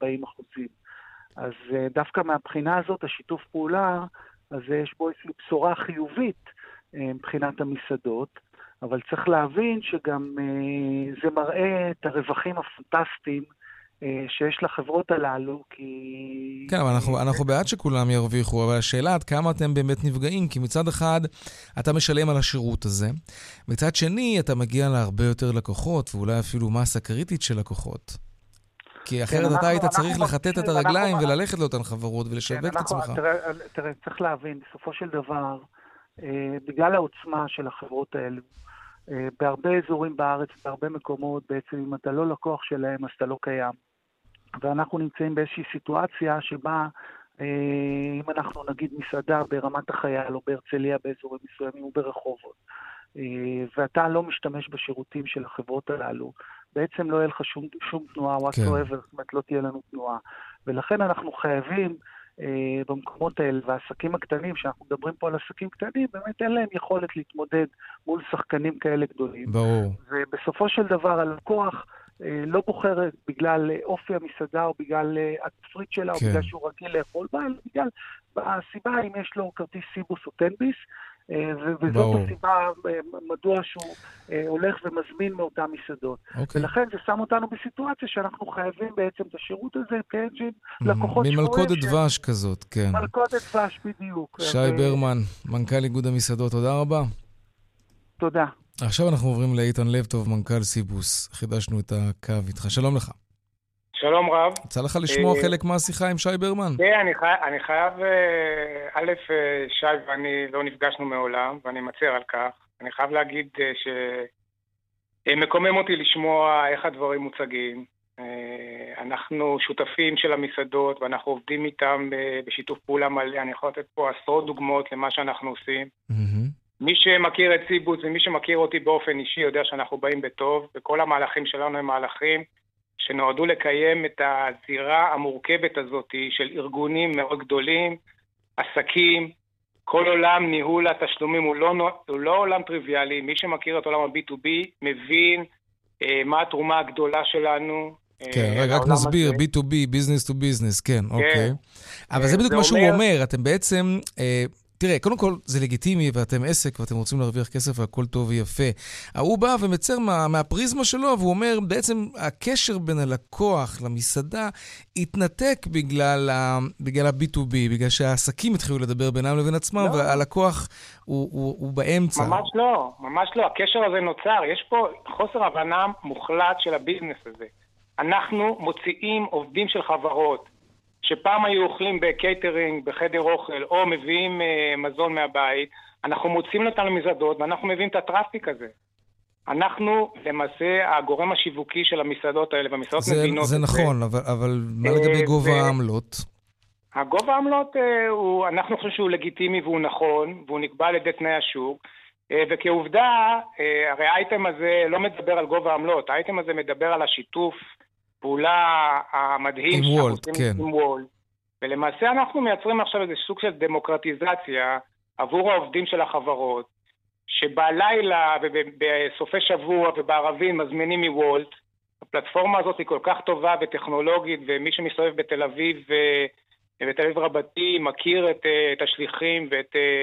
Speaker 13: אז דווקא מהבחינה הזאת, השיתוף פעולה, אז יש בו איזושהי בשורה חיובית מבחינת המסעדות, אבל צריך להבין שגם זה מראה את הרווחים הפנטסטיים שיש לחברות הללו, כי...
Speaker 2: כן, אבל אנחנו בעד שכולם ירוויחו, אבל השאלה עד כמה אתם באמת נפגעים, כי מצד אחד אתה משלם על השירות הזה, מצד שני אתה מגיע להרבה יותר לקוחות, ואולי אפילו מסה קריטית של לקוחות. כי אחרת אתה היית צריך לחטט את הרגליים וללכת לאותן חברות ולשווק את עצמך.
Speaker 13: תראה, צריך להבין, בסופו של דבר, בגלל העוצמה של החברות האלו, בהרבה אזורים בארץ, בהרבה מקומות, בעצם אם אתה לא לקוח שלהם, אז אתה לא קיים. ואנחנו נמצאים באיזושהי סיטואציה שבה, אם אנחנו נגיד מסעדה ברמת החייל או בהרצליה באזורים מסוימים או ברחובות, ואתה לא משתמש בשירותים של החברות הללו, בעצם לא יהיה לך שום תנועה, whatsoever, זאת אומרת לא תהיה לנו תנועה. ולכן אנחנו חייבים, במקומות האלה, והעסקים הקטנים, שאנחנו מדברים פה על עסקים קטנים, באמת אין להם יכולת להתמודד מול שחקנים כאלה גדולים.
Speaker 2: ברור.
Speaker 13: ובסופו של דבר הלקוח לא בוחר בגלל אופי המסעדה, או בגלל התפריט שלה, או בגלל שהוא רגיל לאכול בה, אלא בגלל הסיבה אם יש לו כרטיס סיבוס או תן-ביס, וזאת הסיבה מדוע שהוא הולך ומזמין מאותם מסעדות. ולכן זה שם אותנו בסיטואציה שאנחנו חייבים בעצם את השירות הזה, כאנג'ין, לקוחות
Speaker 2: ממלכודת דבש כזאת, כן.
Speaker 13: מלכודת דבש, בדיוק.
Speaker 2: שי ברמן, מנכ"ל איגוד המסעדות, תודה רבה.
Speaker 13: תודה.
Speaker 2: עכשיו אנחנו עוברים לאיתן לבטוב, מנכ"ל סיבוס. חידשנו את הקו איתך. שלום לך.
Speaker 14: שלום רב.
Speaker 2: יצא לך לשמוע חלק מהשיחה עם שי ברמן?
Speaker 14: כן, אני חייב, א', שי ואני לא נפגשנו מעולם, ואני מצר על כך. אני חייב להגיד שמקומם אותי לשמוע איך הדברים מוצגים. אנחנו שותפים של המסעדות, ואנחנו עובדים איתם בשיתוף פעולה מלא. אני יכול לתת פה עשרות דוגמאות למה שאנחנו עושים. מי שמכיר את סיבוס ומי שמכיר אותי באופן אישי יודע שאנחנו באים בטוב, וכל המהלכים שלנו הם מהלכים שנועדו לקיים את הזירה המורכבת הזאת של ארגונים מאוד גדולים, עסקים, כל עולם ניהול התשלומים הוא לא עולם טריוויאלי. מי שמכיר את עולם ה-B2B מבין מה התרומה הגדולה שלנו.
Speaker 2: כן, רגע, רק נסביר, B2B, business to business, כן, אוקיי. אבל זה בדיוק מה שהוא אומר, אתם בעצם... תראה, קודם כל זה לגיטימי ואתם עסק ואתם רוצים להרוויח כסף והכל טוב ויפה. הוא בא ומצר מהפריזמה שלו והוא אומר בעצם הקשר בין הלקוח למסעדה התנתק בגלל ה-B2B, בגלל שהעסקים התחילו לדבר בינם לבין עצמם והלקוח הוא באמצע.
Speaker 14: ממש לא, הקשר הזה נוצר. יש פה חוסר הבנה מוחלט של הביזנס הזה. אנחנו מוציאים עובדים של חברות שפעם היו אוכלים בקייטרינג, בחדר אוכל, או מביאים מזון מהבית, אנחנו מוצאים אותם למסעדות, ואנחנו מביאים את הטראפיק הזה. אנחנו, למעשה, הגורם השיווקי של המסעדות האלה, והמסעדות מבינות את זה. זה
Speaker 2: נכון, אבל מה לגבי גובה העמלות?
Speaker 14: הגובה העמלות, אנחנו חושבים שהוא לגיטימי והוא נכון, והוא נקבע על ידי תנאי השוק, וכעובדה, הרי האייטם הזה לא מדבר על גובה העמלות, האייטם הזה מדבר על השיתוף, פעולה המדהים
Speaker 2: עם וולט, כן.
Speaker 14: עם וולט. ולמעשה אנחנו מייצרים עכשיו איזה סוג של דמוקרטיזציה עבור העובדים של החברות, שבלילה ובסופי שבוע ובערבים מזמינים מוולט. הפלטפורמה הזאת היא כל כך טובה וטכנולוגית, ומי שמסתובב בתל אביב ובתל אביב רבתי מכיר את השליחים ואת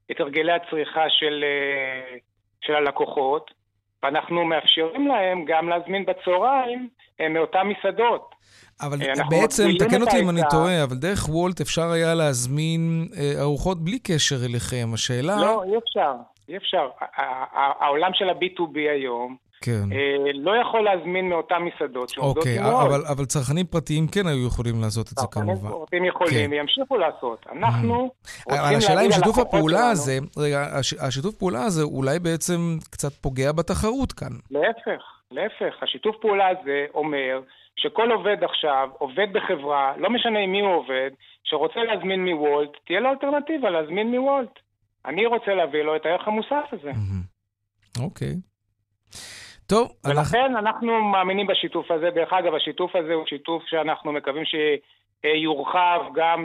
Speaker 14: את הרגלי הצריכה של הלקוחות, ואנחנו מאפשרים להם גם להזמין בצהריים מאותן מסעדות.
Speaker 2: אבל בעצם, תקן אותי אם אני טועה, אבל דרך וולט אפשר היה להזמין ארוחות בלי קשר אליכם. השאלה...
Speaker 14: לא, אי אפשר. העולם של ה-B2B היום, לא יכול להזמין מאותן מסעדות שעובדות עם וולט.
Speaker 2: אוקיי, אבל צרכנים פרטיים כן היו יכולים לעשות את זה כמובן.
Speaker 14: צרכנים פרטיים יכולים, וימשיכו לעשות. אנחנו רוצים
Speaker 2: השאלה אם
Speaker 14: להגיד
Speaker 2: שיתוף הפעולה הזה, רגע, השיתוף פעולה הזה אולי בעצם קצת פוגע בתחרות כאן.
Speaker 14: להפך. השיתוף פעולה הזה אומר שכל עובד עכשיו, עובד בחברה, לא משנה עם מי הוא עובד, שרוצה להזמין מוולט, תהיה לו אלטרנטיבה להזמין מוולט. אני רוצה להביא לו את הערך המוסף הזה.
Speaker 2: אוקיי. טוב.
Speaker 14: ולכן אנחנו מאמינים בשיתוף הזה. דרך אגב, השיתוף הזה הוא שיתוף שאנחנו מקווים שיורחב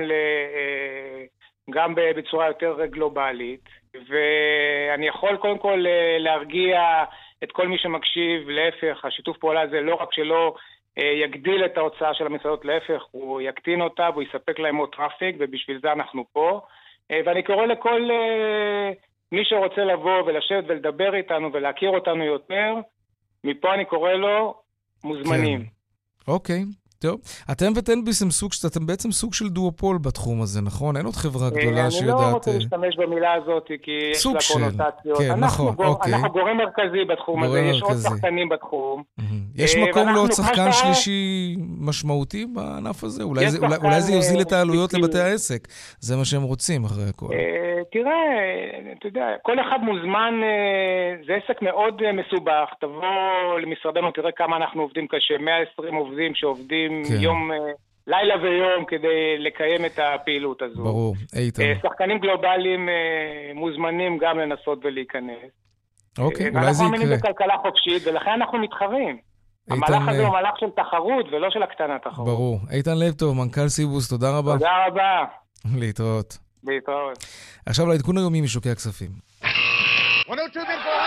Speaker 14: גם בצורה יותר גלובלית. ואני יכול קודם כל להרגיע את כל מי שמקשיב. להפך, השיתוף פעולה הזה לא רק שלא יגדיל את ההוצאה של המסעדות, להפך, הוא יקטין אותה והוא יספק להם עוד טראפיק, ובשביל זה אנחנו פה. ואני קורא לכל מי שרוצה לבוא ולשבת ולדבר איתנו ולהכיר אותנו יותר, מפה אני קורא לו מוזמנים.
Speaker 2: כן. אוקיי, טוב. אתם וטנביס אתם בעצם סוג של דואופול בתחום הזה, נכון? אין עוד חברה גדולה שיודעת...
Speaker 14: אני לא רוצה להשתמש במילה הזאת, כי יש לה קונוטציות.
Speaker 2: כן, נכון, אוקיי.
Speaker 14: אנחנו גורם מרכזי בתחום הזה, יש עוד שחקנים בתחום.
Speaker 2: יש מקום לעוד שחקן שלישי משמעותי בענף הזה? אולי זה יוזיל את העלויות לבתי העסק. זה מה שהם רוצים אחרי הכל.
Speaker 14: תראה, אתה יודע, כל אחד מוזמן, זה עסק מאוד מסובך. תבוא למשרדנו, תראה כמה אנחנו עובדים קשה, 120 עובדים שעובדים יום, לילה ויום כדי לקיים את הפעילות הזו.
Speaker 2: ברור, איתן.
Speaker 14: שחקנים גלובליים מוזמנים גם לנסות ולהיכנס.
Speaker 2: אוקיי, אולי זה יקרה.
Speaker 14: ואנחנו מאמינים בכלכלה חופשית, ולכן אנחנו מתחרים. המהלך הזה הוא מהלך של תחרות ולא של הקטנת תחרות.
Speaker 2: ברור. איתן לב טוב, מנכ"ל סיבוס, תודה רבה.
Speaker 14: תודה רבה.
Speaker 2: להתראות.
Speaker 14: להתראות.
Speaker 2: עכשיו לעדכון היומי משוקי הכספים.
Speaker 15: 102 bid for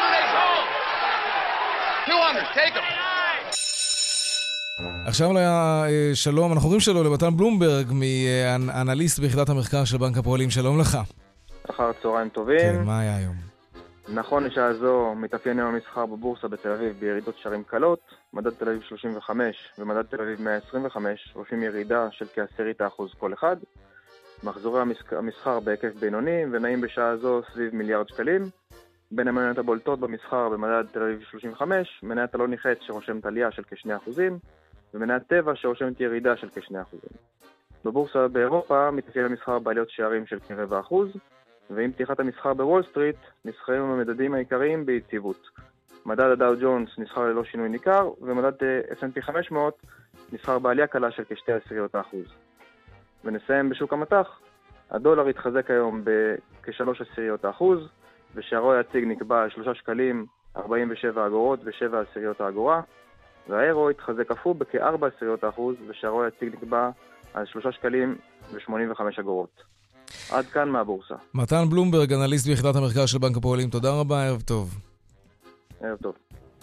Speaker 15: 100, 200, take them.
Speaker 2: עכשיו שלום, אנחנו רואים שלום למתן בלומברג, מאנליסט ביחידת המחקר של בנק הפועלים. שלום לך.
Speaker 16: אחר צהריים טובים.
Speaker 2: כן, מה היה היום?
Speaker 16: נכון, לשעה זו מתאפיין יום המסחר בבורסה בתל אביב בירידות שערים קלות. מדד תל אביב 35 ומדד תל אביב 125 רושמים ירידה של כ10% כל אחד. מחזורי המסחר בהיקף בינוני ונעים בשעה זו סביב מיליארד שקלים. בין המניות הבולטות במסחר במדד תל אביב 35, מניית אלון ניחץ שרושמת עלייה של כ2%, ומניית טבע שרושמת ירידה של כ2%. בבורסה באירופה מתאפיין המסחר בעליות שערים של כ0.25%, ועם פתיחת המסחר בוול סטריט נסחרים המדדים העיקריים ביציבות. מדד הדאו ג'ונס נסחר ללא שינוי ניכר, ומדד S&P 500 נסחר בעלייה קלה של כ0.2%. ונסיים בשוק המטח. הדולר התחזק היום בכ0.3%, ושערו היציג נקבע על 3 שקלים 47 אגורות ו7 עשיריות האגורה, והאירו התחזק אפוא בכ4%, ושערו היציג נקבע על 3 שקלים ו85 אגורות. עד כאן מהבורסה.
Speaker 2: מתן בלומברג, אנליסט ביחידת המחקר של בנק הפועלים, תודה רבה, ערב טוב.
Speaker 16: ערב טוב.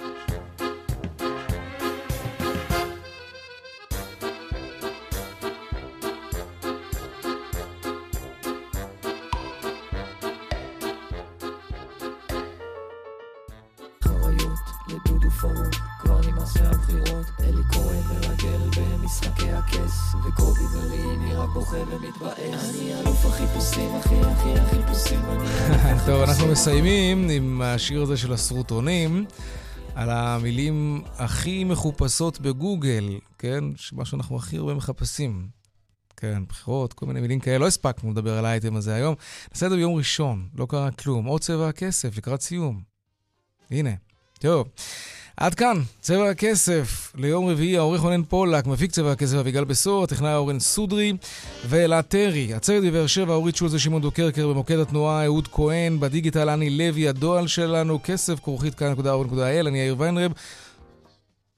Speaker 17: כבר נמאס מהבחירות, אלי כהן מרגל במשחקי הכס, וקובי גליני רק בוכה ומתבאס. אני אלוף החיפושים, אחי החיפושים.
Speaker 2: טוב, אנחנו מסיימים עם השיר הזה של הסרוטונים על המילים הכי מחופשות בגוגל, כן? שמה שאנחנו הכי הרבה מחפשים. כן, בחירות, כל מיני מילים כאלה. לא הספקנו לדבר על האייטם הזה היום. נעשה ביום ראשון, לא קרה כלום. עוד צבע הכסף לקראת סיום. הנה, טוב. עד כאן, צבע הכסף, ליום רביעי, העורך רונן פולק, מפיק צבע הכסף אביגל בסור, הטכנאי אורן סודרי ואלה טרי, הצוות בבאר שבע, אורית שולזה, שמעון דוקרקר, במוקד התנועה, אהוד כהן, בדיגיטל, אני לוי, הדואל שלנו, כסף, כרוכית כאן.org.il, אני יאיר ויינרב,